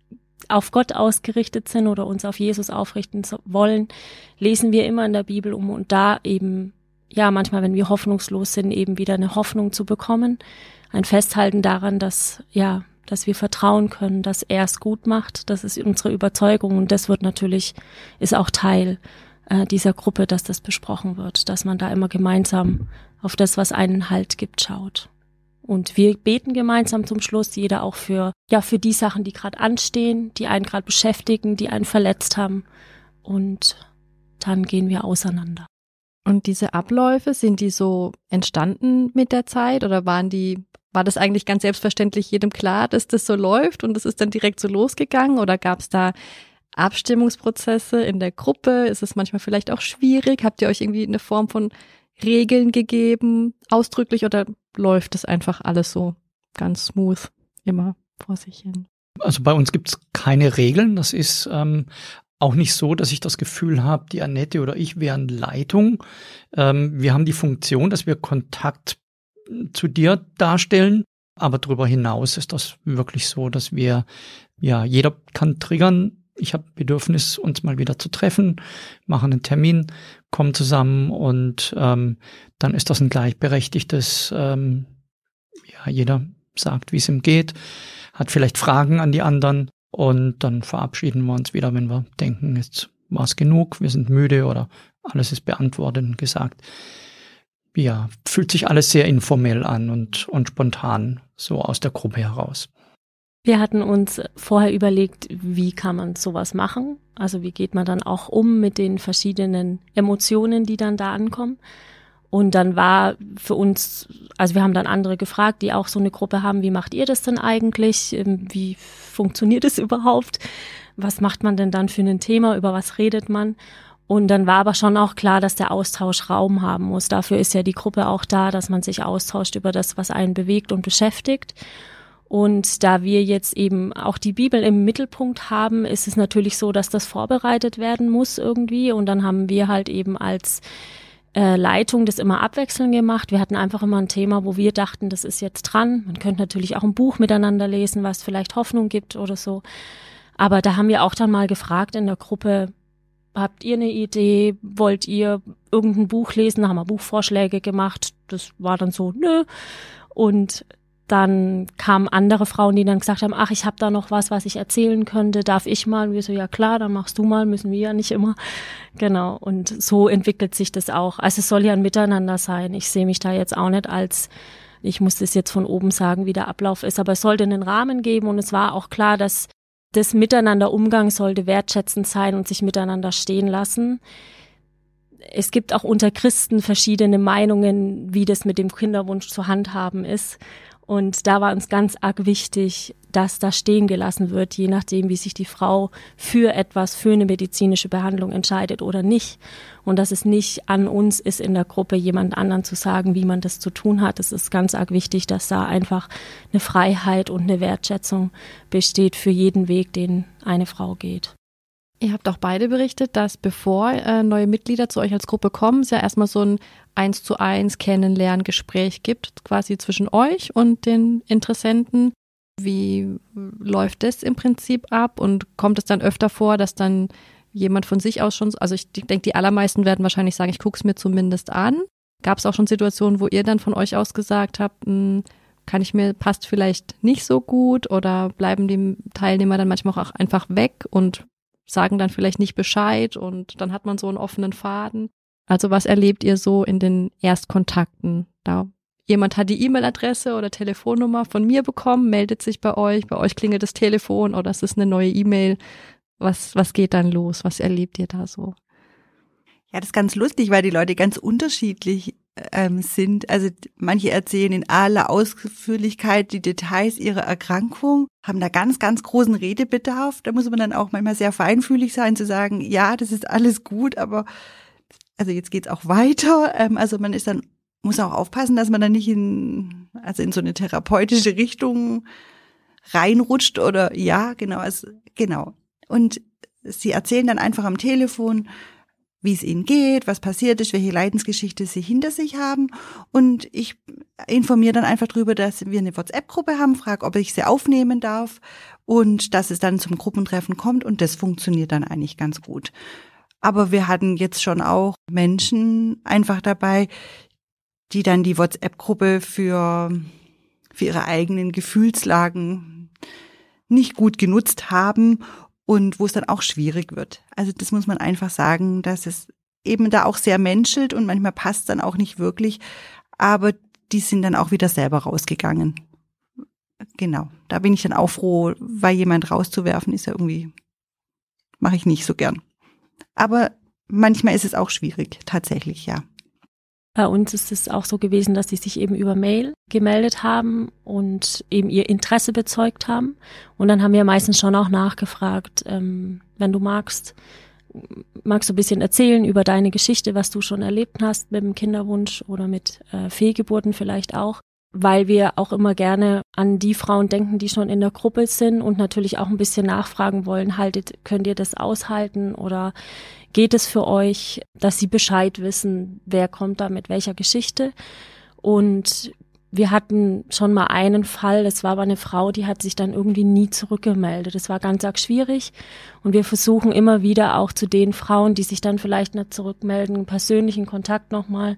auf Gott ausgerichtet sind oder uns auf Jesus aufrichten wollen, lesen wir immer in der Bibel und da eben, ja, manchmal, wenn wir hoffnungslos sind, eben wieder eine Hoffnung zu bekommen, ein Festhalten daran, dass wir vertrauen können, dass er es gut macht, das ist unsere Überzeugung und das ist auch Teil dieser Gruppe, dass das besprochen wird, dass man da immer gemeinsam auf das, was einen Halt gibt, schaut. Und wir beten gemeinsam zum Schluss, jeder auch für die Sachen, die gerade anstehen, die einen gerade beschäftigen, die einen verletzt haben. Und dann gehen wir auseinander. Und diese Abläufe, sind die so entstanden mit der Zeit oder war das eigentlich ganz selbstverständlich jedem klar, dass das so läuft und es ist dann direkt so losgegangen oder gab es da Abstimmungsprozesse in der Gruppe? Ist es manchmal vielleicht auch schwierig? Habt ihr euch irgendwie eine Form von Regeln gegeben, ausdrücklich, oder läuft das einfach alles so ganz smooth immer vor sich hin? Also bei uns gibt es keine Regeln. Das ist auch nicht so, dass ich das Gefühl habe, die Annette oder ich wären Leitung. Wir haben die Funktion, dass wir Kontakt zu dir darstellen, aber darüber hinaus ist das wirklich so, dass wir, jeder kann triggern, ich habe Bedürfnis, uns mal wieder zu treffen, machen einen Termin, kommen zusammen und dann ist das ein gleichberechtigtes, jeder sagt, wie es ihm geht, hat vielleicht Fragen an die anderen und dann verabschieden wir uns wieder, wenn wir denken, jetzt war es genug, wir sind müde oder alles ist beantwortet und gesagt. Ja, fühlt sich alles sehr informell an und spontan, so aus der Gruppe heraus. Wir hatten uns vorher überlegt, wie kann man sowas machen? Also wie geht man dann auch um mit den verschiedenen Emotionen, die dann da ankommen? Und dann war für uns, also wir haben dann andere gefragt, die auch so eine Gruppe haben, wie macht ihr das denn eigentlich? Wie funktioniert es überhaupt? Was macht man denn dann für ein Thema? Über was redet man? Und dann war aber schon auch klar, dass der Austausch Raum haben muss. Dafür ist ja die Gruppe auch da, dass man sich austauscht über das, was einen bewegt und beschäftigt. Und da wir jetzt eben auch die Bibel im Mittelpunkt haben, ist es natürlich so, dass das vorbereitet werden muss irgendwie. Und dann haben wir halt eben als Leitung das immer abwechselnd gemacht. Wir hatten einfach immer ein Thema, wo wir dachten, das ist jetzt dran. Man könnte natürlich auch ein Buch miteinander lesen, was vielleicht Hoffnung gibt oder so. Aber da haben wir auch dann mal gefragt in der Gruppe, habt ihr eine Idee? Wollt ihr irgendein Buch lesen? Da haben wir Buchvorschläge gemacht. Das war dann so, nö. Und dann kamen andere Frauen, die dann gesagt haben, ach, ich habe da noch was ich erzählen könnte. Darf ich mal? Und wir so, ja klar, dann machst du mal, müssen wir ja nicht immer. Genau, und so entwickelt sich das auch. Also es soll ja ein Miteinander sein. Ich sehe mich da jetzt auch nicht als, ich muss das jetzt von oben sagen, wie der Ablauf ist, aber es sollte einen Rahmen geben und es war auch klar, dass das Miteinander-Umgang sollte wertschätzend sein und sich miteinander stehen lassen. Es gibt auch unter Christen verschiedene Meinungen, wie das mit dem Kinderwunsch zu handhaben ist. Und da war uns ganz arg wichtig, dass da stehen gelassen wird, je nachdem, wie sich die Frau für eine medizinische Behandlung entscheidet oder nicht. Und dass es nicht an uns ist, in der Gruppe jemand anderen zu sagen, wie man das zu tun hat. Es ist ganz arg wichtig, dass da einfach eine Freiheit und eine Wertschätzung besteht für jeden Weg, den eine Frau geht. Ihr habt auch beide berichtet, dass bevor neue Mitglieder zu euch als Gruppe kommen, es ja erstmal so ein 1:1 Kennenlerngespräch gibt, quasi zwischen euch und den Interessenten. Wie läuft das im Prinzip ab und kommt es dann öfter vor, dass dann jemand von sich aus schon, also ich denke, die allermeisten werden wahrscheinlich sagen, ich gucke es mir zumindest an. Gab es auch schon Situationen, wo ihr dann von euch aus gesagt habt, passt vielleicht nicht so gut, oder bleiben die Teilnehmer dann manchmal auch einfach weg und sagen dann vielleicht nicht Bescheid und dann hat man so einen offenen Faden? Also was erlebt ihr so in den Erstkontakten? Da jemand hat die E-Mail-Adresse oder Telefonnummer von mir bekommen, meldet sich bei euch klingelt das Telefon oder es ist eine neue E-Mail. Was geht dann los? Was erlebt ihr da so? Ja, das ist ganz lustig, weil die Leute ganz unterschiedlich sind. Also manche erzählen in aller Ausführlichkeit die Details ihrer Erkrankung, haben da ganz, ganz großen Redebedarf. Da muss man dann auch manchmal sehr feinfühlig sein, zu sagen, ja, das ist alles gut, aber also jetzt geht's auch weiter. Also man ist dann, muss auch aufpassen, dass man dann nicht in so eine therapeutische Richtung reinrutscht oder ja, genau. Und sie erzählen dann einfach am Telefon, wie es ihnen geht, was passiert ist, welche Leidensgeschichte sie hinter sich haben. Und ich informiere dann einfach darüber, dass wir eine WhatsApp-Gruppe haben, frage, ob ich sie aufnehmen darf und dass es dann zum Gruppentreffen kommt. Und das funktioniert dann eigentlich ganz gut. Aber wir hatten jetzt schon auch Menschen einfach dabei, die dann die WhatsApp-Gruppe für ihre eigenen Gefühlslagen nicht gut genutzt haben und wo es dann auch schwierig wird. Also das muss man einfach sagen, dass es eben da auch sehr menschelt und manchmal passt dann auch nicht wirklich, aber die sind dann auch wieder selber rausgegangen. Genau, da bin ich dann auch froh, weil jemand rauszuwerfen ist ja irgendwie, mache ich nicht so gern. Aber manchmal ist es auch schwierig, tatsächlich, ja. Bei uns ist es auch so gewesen, dass sie sich eben über Mail gemeldet haben und eben ihr Interesse bezeugt haben. Und dann haben wir meistens schon auch nachgefragt, wenn du magst du ein bisschen erzählen über deine Geschichte, was du schon erlebt hast mit dem Kinderwunsch oder mit Fehlgeburten vielleicht auch. Weil wir auch immer gerne an die Frauen denken, die schon in der Gruppe sind und natürlich auch ein bisschen nachfragen wollen, könnt ihr das aushalten oder geht es für euch, dass sie Bescheid wissen, wer kommt da mit welcher Geschichte. Und wir hatten schon mal einen Fall, das war aber eine Frau, die hat sich dann irgendwie nie zurückgemeldet. Das war ganz arg schwierig und wir versuchen immer wieder auch zu den Frauen, die sich dann vielleicht nicht zurückmelden, einen persönlichen Kontakt nochmal,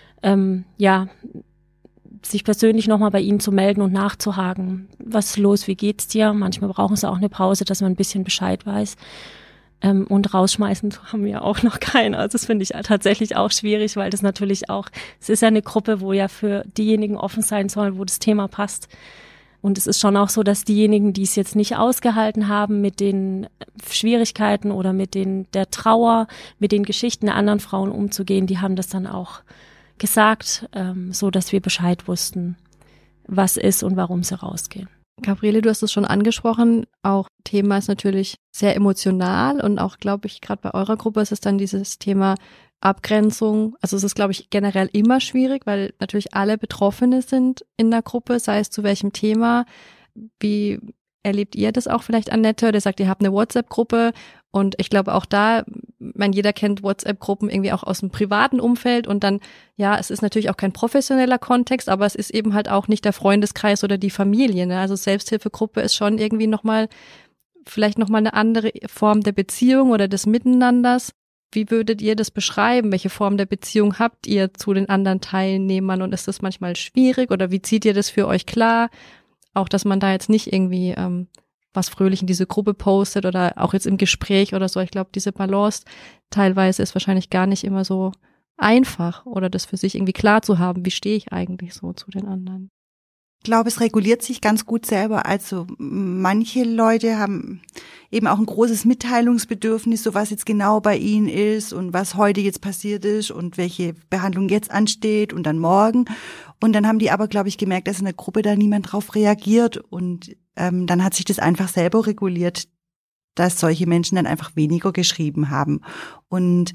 sich persönlich nochmal bei ihnen zu melden und nachzuhaken. Was ist los, wie geht's dir? Manchmal brauchen sie auch eine Pause, dass man ein bisschen Bescheid weiß. Und rausschmeißen haben wir auch noch keinen. Also das finde ich tatsächlich auch schwierig, weil das natürlich auch, es ist ja eine Gruppe, wo ja für diejenigen offen sein soll, wo das Thema passt. Und es ist schon auch so, dass diejenigen, die es jetzt nicht ausgehalten haben mit den Schwierigkeiten oder mit der Trauer, mit den Geschichten der anderen Frauen umzugehen, die haben das dann auch gesagt, so dass wir Bescheid wussten, was ist und warum sie rausgehen. Gabriele, du hast es schon angesprochen, auch Thema ist natürlich sehr emotional und auch, glaube ich, gerade bei eurer Gruppe ist es dann dieses Thema Abgrenzung. Also es ist, glaube ich, generell immer schwierig, weil natürlich alle Betroffene sind in der Gruppe, sei es zu welchem Thema. Wie erlebt ihr das auch vielleicht, Annette? Der sagt, ihr habt eine WhatsApp-Gruppe und ich glaube auch da, jeder kennt WhatsApp-Gruppen irgendwie auch aus dem privaten Umfeld und dann, ja, es ist natürlich auch kein professioneller Kontext, aber es ist eben halt auch nicht der Freundeskreis oder die Familie, ne? Also Selbsthilfegruppe ist schon irgendwie vielleicht nochmal eine andere Form der Beziehung oder des Miteinanders. Wie würdet ihr das beschreiben? Welche Form der Beziehung habt ihr zu den anderen Teilnehmern und ist das manchmal schwierig oder wie zieht ihr das für euch klar? Auch, dass man da jetzt nicht irgendwie was fröhlich in diese Gruppe postet oder auch jetzt im Gespräch oder so. Ich glaube, diese Balance teilweise ist wahrscheinlich gar nicht immer so einfach oder das für sich irgendwie klar zu haben, wie stehe ich eigentlich so zu den anderen. Ich glaube, es reguliert sich ganz gut selber. Also manche Leute haben eben auch ein großes Mitteilungsbedürfnis, so was jetzt genau bei ihnen ist und was heute jetzt passiert ist und welche Behandlung jetzt ansteht und dann morgen. Und dann haben die aber, glaube ich, gemerkt, dass in der Gruppe da niemand drauf reagiert. Und dann hat sich das einfach selber reguliert, dass solche Menschen dann einfach weniger geschrieben haben. Und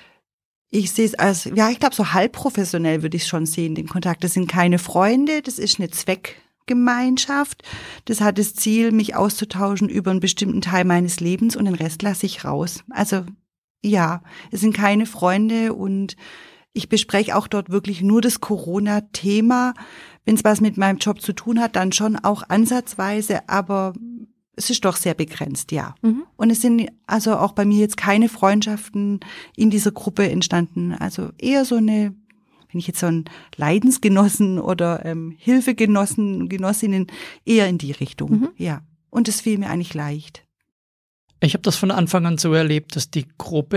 ich sehe es als, ja, ich glaube, so halb professionell würde ich es schon sehen, den Kontakt. Das sind keine Freunde, das ist eine Zweckgemeinschaft. Das hat das Ziel, mich auszutauschen über einen bestimmten Teil meines Lebens und den Rest lasse ich raus. Also ja, es sind keine Freunde und ich bespreche auch dort wirklich nur das Corona-Thema. Wenn es was mit meinem Job zu tun hat, dann schon auch ansatzweise, aber es ist doch sehr begrenzt, ja. Mhm. Und es sind also auch bei mir jetzt keine Freundschaften in dieser Gruppe entstanden. Also eher so eine, wenn ich jetzt so einen Leidensgenossen oder Hilfegenossen, Genossinnen, eher in die Richtung, ja. Und es fiel mir eigentlich leicht. Ich habe das von Anfang an so erlebt, dass die Gruppe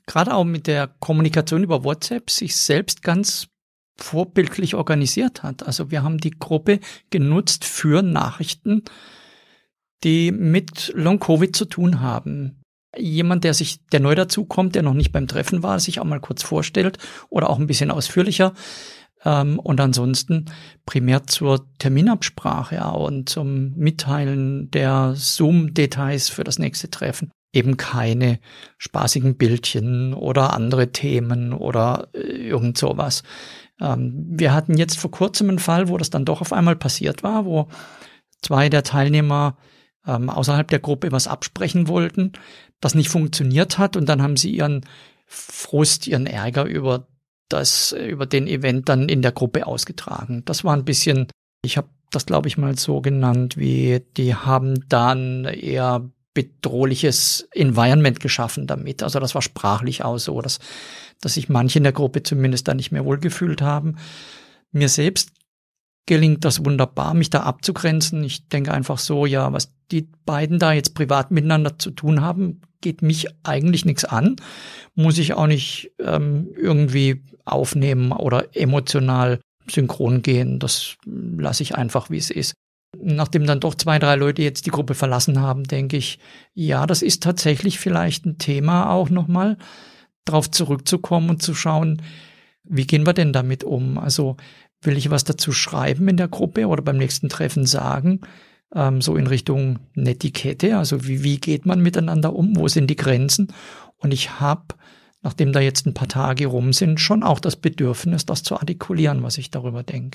gerade auch mit der Kommunikation über WhatsApp sich selbst ganz vorbildlich organisiert hat. Also wir haben die Gruppe genutzt für Nachrichten, die mit Long-Covid zu tun haben. Jemand, der neu dazukommt, der noch nicht beim Treffen war, sich auch mal kurz vorstellt oder auch ein bisschen ausführlicher. Und ansonsten primär zur Terminabsprache und zum Mitteilen der Zoom-Details für das nächste Treffen. Eben keine spaßigen Bildchen oder andere Themen oder irgend sowas. Wir hatten jetzt vor kurzem einen Fall, wo das dann doch auf einmal passiert war, wo 2 der Teilnehmer außerhalb der Gruppe was absprechen wollten, das nicht funktioniert hat und dann haben sie ihren Frust, ihren Ärger über den Event dann in der Gruppe ausgetragen. Das war ein bisschen, ich habe das glaube ich mal so genannt, die haben dann eher bedrohliches Environment geschaffen damit. Also das war sprachlich auch so, dass sich manche in der Gruppe zumindest da nicht mehr wohlgefühlt haben. Mir selbst gelingt das wunderbar, mich da abzugrenzen. Ich denke einfach so, ja, was die beiden da jetzt privat miteinander zu tun haben, geht mich eigentlich nichts an. Muss ich auch nicht irgendwie aufnehmen oder emotional synchron gehen. Das lasse ich einfach, wie es ist. Nachdem dann doch 2, 3 Leute jetzt die Gruppe verlassen haben, denke ich, ja, das ist tatsächlich vielleicht ein Thema auch nochmal, drauf zurückzukommen und zu schauen, wie gehen wir denn damit um? Also will ich was dazu schreiben in der Gruppe oder beim nächsten Treffen sagen, so in Richtung Netiquette, also wie geht man miteinander um, wo sind die Grenzen? Und ich habe, nachdem da jetzt ein paar Tage rum sind, schon auch das Bedürfnis, das zu artikulieren, was ich darüber denke.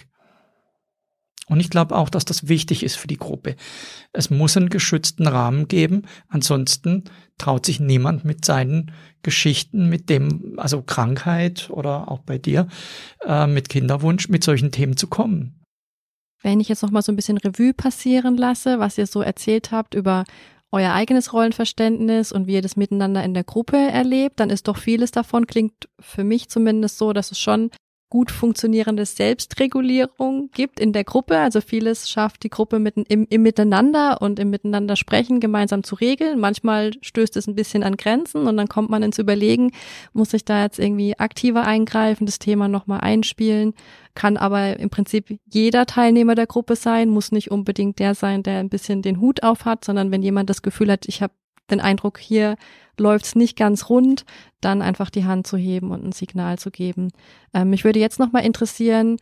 Und ich glaube auch, dass das wichtig ist für die Gruppe. Es muss einen geschützten Rahmen geben, ansonsten traut sich niemand mit seinen Geschichten, mit dem, also Krankheit oder auch bei dir, mit Kinderwunsch, mit solchen Themen zu kommen. Wenn ich jetzt noch mal so ein bisschen Revue passieren lasse, was ihr so erzählt habt über euer eigenes Rollenverständnis und wie ihr das miteinander in der Gruppe erlebt, dann ist doch vieles davon, klingt für mich zumindest so, dass es schon gut funktionierende Selbstregulierung gibt in der Gruppe. Also vieles schafft die Gruppe im Miteinander und im Miteinander sprechen gemeinsam zu regeln. Manchmal stößt es ein bisschen an Grenzen und dann kommt man ins Überlegen, muss ich da jetzt irgendwie aktiver eingreifen, das Thema nochmal einspielen, kann aber im Prinzip jeder Teilnehmer der Gruppe sein, muss nicht unbedingt der sein, der ein bisschen den Hut auf hat, sondern wenn jemand das Gefühl hat, ich habe den Eindruck, hier läuft's nicht ganz rund, dann einfach die Hand zu heben und ein Signal zu geben. Mich würde jetzt nochmal interessieren,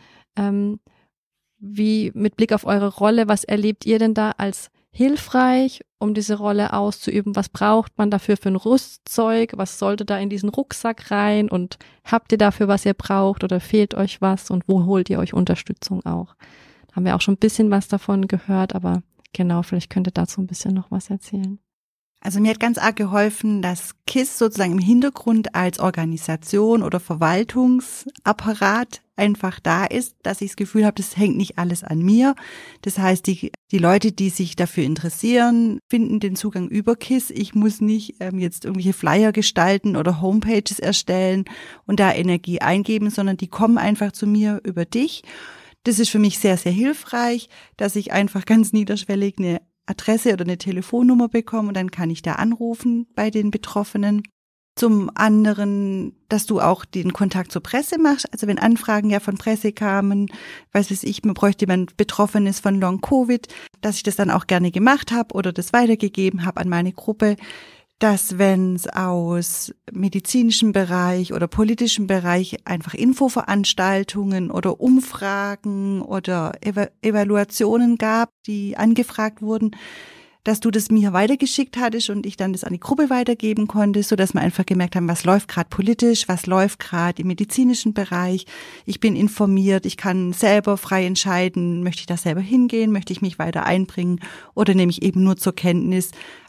wie mit Blick auf eure Rolle, was erlebt ihr denn da als hilfreich, um diese Rolle auszuüben? Was braucht man dafür für ein Rüstzeug? Was sollte da in diesen Rucksack rein? Und habt ihr dafür, was ihr braucht oder fehlt euch was? Und wo holt ihr euch Unterstützung auch? Da haben wir auch schon ein bisschen was davon gehört, aber genau, vielleicht könnt ihr dazu ein bisschen noch was erzählen. Also mir hat ganz arg geholfen, dass KISS sozusagen im Hintergrund als Organisation oder Verwaltungsapparat einfach da ist, dass ich das Gefühl habe, das hängt nicht alles an mir. Das heißt, die Leute, die sich dafür interessieren, finden den Zugang über KISS. Ich muss nicht jetzt irgendwelche Flyer gestalten oder Homepages erstellen und da Energie eingeben, sondern die kommen einfach zu mir über dich. Das ist für mich sehr, sehr hilfreich, dass ich einfach ganz niederschwellig eine Adresse oder eine Telefonnummer bekomme und dann kann ich da anrufen bei den Betroffenen. Zum anderen, dass du auch den Kontakt zur Presse machst. Also wenn Anfragen ja von Presse kamen, man bräuchte jemand Betroffenes von Long-Covid, dass ich das dann auch gerne gemacht habe oder das weitergegeben habe an meine Gruppe. Dass wenn es aus medizinischem Bereich oder politischem Bereich einfach Infoveranstaltungen oder Umfragen oder Evaluationen gab, die angefragt wurden, dass du das mir weitergeschickt hattest und ich dann das an die Gruppe weitergeben konnte, so dass wir einfach gemerkt haben, was läuft gerade politisch, was läuft gerade im medizinischen Bereich. Ich bin informiert, ich kann selber frei entscheiden, möchte ich da selber hingehen, möchte ich mich weiter einbringen oder nehme ich eben nur zur Kenntnis,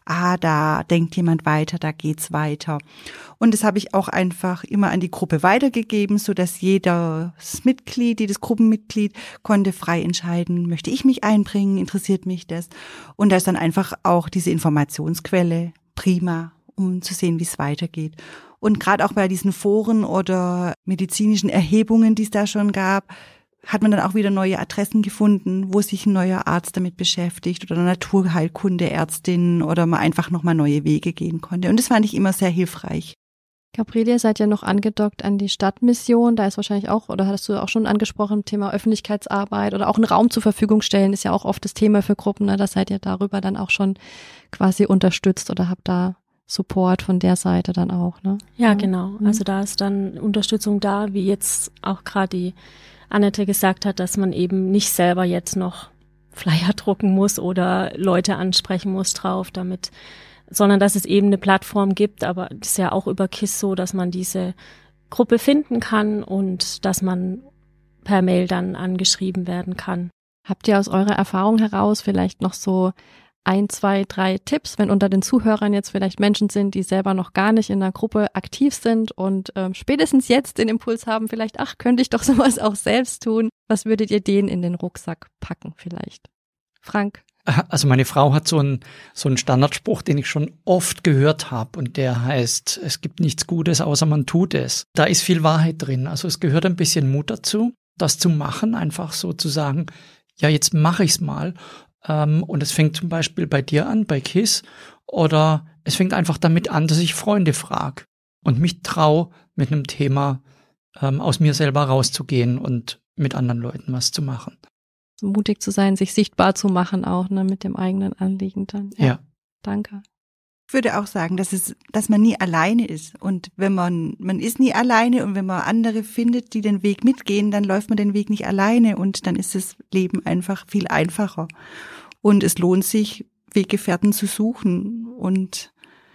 da denkt jemand weiter, da geht's weiter. Und das habe ich auch einfach immer an die Gruppe weitergegeben, so dass jedes Gruppenmitglied konnte frei entscheiden, möchte ich mich einbringen, interessiert mich das? Und da ist dann einfach auch diese Informationsquelle prima, um zu sehen, wie es weitergeht. Und gerade auch bei diesen Foren oder medizinischen Erhebungen, die es da schon gab, hat man dann auch wieder neue Adressen gefunden, wo sich ein neuer Arzt damit beschäftigt oder eine Naturheilkundeärztin oder man einfach nochmal neue Wege gehen konnte. Und das fand ich immer sehr hilfreich. Gabriele, ihr seid ja noch angedockt an die Stadtmission. Da ist wahrscheinlich auch, oder hattest du auch schon angesprochen, Thema Öffentlichkeitsarbeit oder auch einen Raum zur Verfügung stellen, ist ja auch oft das Thema für Gruppen. Ne? Da seid ihr darüber dann auch schon quasi unterstützt oder habt da Support von der Seite dann auch, ne? Ja, genau. Also da ist dann Unterstützung da, wie jetzt auch gerade die Annette gesagt hat, dass man eben nicht selber jetzt noch Flyer drucken muss oder Leute ansprechen muss drauf, sondern dass es eben eine Plattform gibt, aber das ist ja auch über KISS so, dass man diese Gruppe finden kann und dass man per Mail dann angeschrieben werden kann. Habt ihr aus eurer Erfahrung heraus vielleicht noch so 1, 2, 3 Tipps, wenn unter den Zuhörern jetzt vielleicht Menschen sind, die selber noch gar nicht in der Gruppe aktiv sind und spätestens jetzt den Impuls haben, vielleicht, könnte ich doch sowas auch selbst tun. Was würdet ihr denen in den Rucksack packen vielleicht? Frank? Also meine Frau hat so einen Standardspruch, den ich schon oft gehört habe und der heißt, es gibt nichts Gutes, außer man tut es. Da ist viel Wahrheit drin. Also es gehört ein bisschen Mut dazu, das zu machen, einfach so zu sagen, ja, jetzt mache ich's mal. Und es fängt zum Beispiel bei dir an, bei KISS, oder es fängt einfach damit an, dass ich Freunde frage und mich traue, mit einem Thema aus mir selber rauszugehen und mit anderen Leuten was zu machen. So mutig zu sein, sich sichtbar zu machen auch, ne, mit dem eigenen Anliegen dann. Ja. Danke. Ich würde auch sagen, dass man nie alleine ist. Und wenn man ist nie alleine und wenn man andere findet, die den Weg mitgehen, dann läuft man den Weg nicht alleine und dann ist das Leben einfach viel einfacher. Und es lohnt sich, Weggefährten zu suchen. Und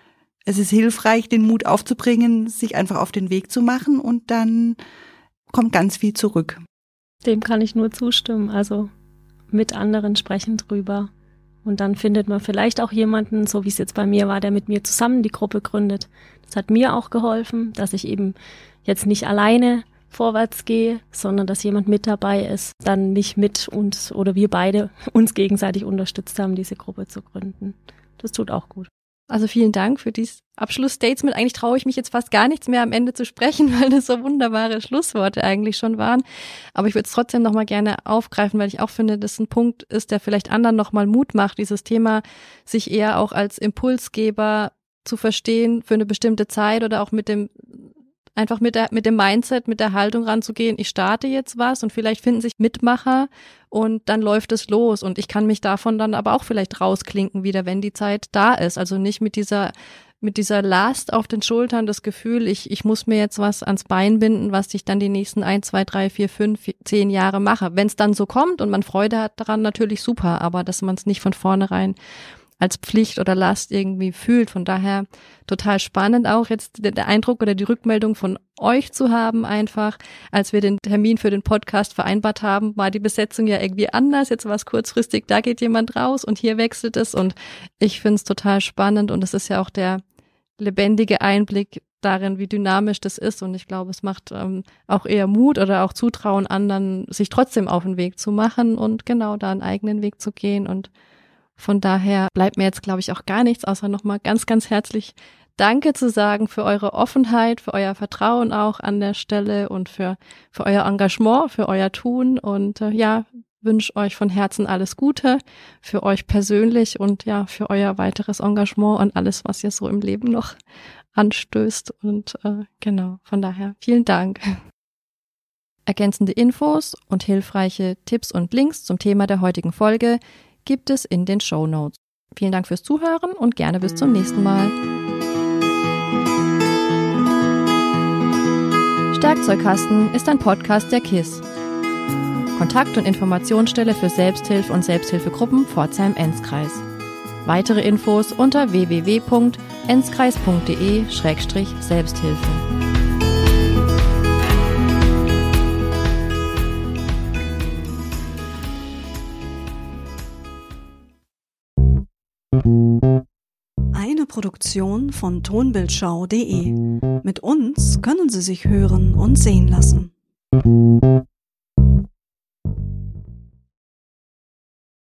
es ist hilfreich, den Mut aufzubringen, sich einfach auf den Weg zu machen und dann kommt ganz viel zurück. Dem kann ich nur zustimmen. Also mit anderen sprechen drüber. Und dann findet man vielleicht auch jemanden, so wie es jetzt bei mir war, der mit mir zusammen die Gruppe gründet. Das hat mir auch geholfen, dass ich eben jetzt nicht alleine vorwärts gehe, sondern dass jemand mit dabei ist, dann mich mit uns oder wir beide uns gegenseitig unterstützt haben, diese Gruppe zu gründen. Das tut auch gut. Also vielen Dank für dieses Abschlussstatement. Eigentlich traue ich mich jetzt fast gar nichts mehr am Ende zu sprechen, weil das so wunderbare Schlussworte eigentlich schon waren. Aber ich würde es trotzdem nochmal gerne aufgreifen, weil ich auch finde, dass ein Punkt ist, der vielleicht anderen nochmal Mut macht, dieses Thema sich eher auch als Impulsgeber zu verstehen für eine bestimmte Zeit oder auch mit dem Mindset, mit der Haltung ranzugehen, ich starte jetzt was und vielleicht finden sich Mitmacher und dann läuft es los und ich kann mich davon dann aber auch vielleicht rausklinken wieder, wenn die Zeit da ist. Also nicht mit dieser Last auf den Schultern, das Gefühl, ich muss mir jetzt was ans Bein binden, was ich dann die nächsten 1, 2, 3, 4, 5, 10 Jahre mache. Wenn es dann so kommt und man Freude hat daran, natürlich super, aber dass man es nicht von vornherein als Pflicht oder Last irgendwie fühlt. Von daher total spannend auch jetzt der Eindruck oder die Rückmeldung von euch zu haben einfach. Als wir den Termin für den Podcast vereinbart haben, war die Besetzung ja irgendwie anders. Jetzt war es kurzfristig, da geht jemand raus und hier wechselt es und ich finde es total spannend und es ist ja auch der lebendige Einblick darin, wie dynamisch das ist und ich glaube, es macht auch eher Mut oder auch Zutrauen anderen, sich trotzdem auf den Weg zu machen und genau da einen eigenen Weg zu gehen und von daher bleibt mir jetzt, glaube ich, auch gar nichts, außer nochmal ganz, ganz herzlich Danke zu sagen für eure Offenheit, für euer Vertrauen auch an der Stelle und für euer Engagement, für euer Tun und wünsche euch von Herzen alles Gute für euch persönlich und ja, für euer weiteres Engagement und alles, was ihr so im Leben noch anstößt und genau, von daher vielen Dank. Ergänzende Infos und hilfreiche Tipps und Links zum Thema der heutigen Folge gibt es in den Shownotes. Vielen Dank fürs Zuhören und gerne bis zum nächsten Mal. Werkzeugkasten ist ein Podcast der KISS. Kontakt- und Informationsstelle für Selbsthilfe und Selbsthilfegruppen Pforzheim-Enzkreis. Weitere Infos unter www.enzkreis.de/Selbsthilfe. Eine Produktion von tonbildschau.de. Mit uns können Sie sich hören und sehen lassen.